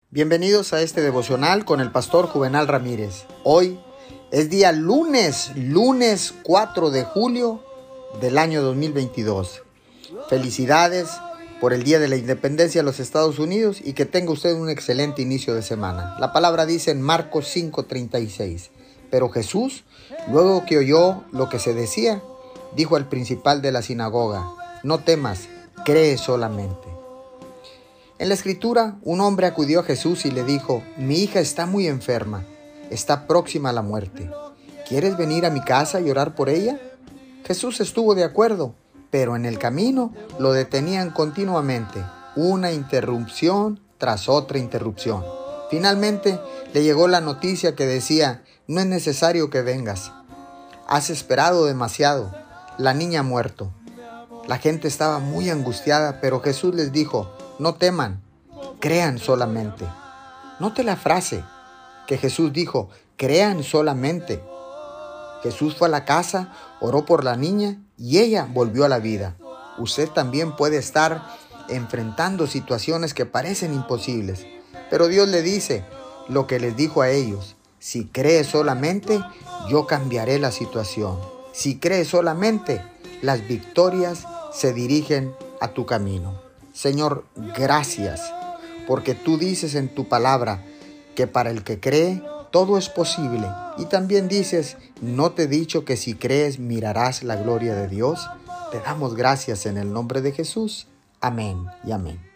Bienvenidos a este devocional con el pastor Juvenal Ramírez. Hoy es día lunes 4 de julio del año 2022. Felicidades por el Día de la Independencia de los Estados Unidos y que tenga usted un excelente inicio de semana. La palabra dice en Marcos 5:36, pero Jesús, luego que oyó lo que se decía, dijo al principal de la sinagoga, no temas, cree solamente. En la escritura, un hombre acudió a Jesús y le dijo, mi hija está muy enferma, está próxima a la muerte. ¿Quieres venir a mi casa y orar por ella? Jesús estuvo de acuerdo, pero en el camino lo detenían continuamente, una interrupción tras otra interrupción. Finalmente le llegó la noticia que decía, no es necesario que vengas. Has esperado demasiado, la niña ha muerto. La gente estaba muy angustiada, pero Jesús les dijo, no teman, crean solamente. Note la frase que Jesús dijo, crean solamente. Jesús fue a la casa, oró por la niña y ella volvió a la vida. Usted también puede estar enfrentando situaciones que parecen imposibles, pero Dios le dice lo que les dijo a ellos. Si crees solamente, yo cambiaré la situación. Si crees solamente, las victorias se dirigen a tu camino. Señor, gracias, porque tú dices en tu palabra que para el que cree, todo es posible. Y también dices, ¿no te he dicho que si crees mirarás la gloria de Dios? Te damos gracias en el nombre de Jesús. Amén y amén.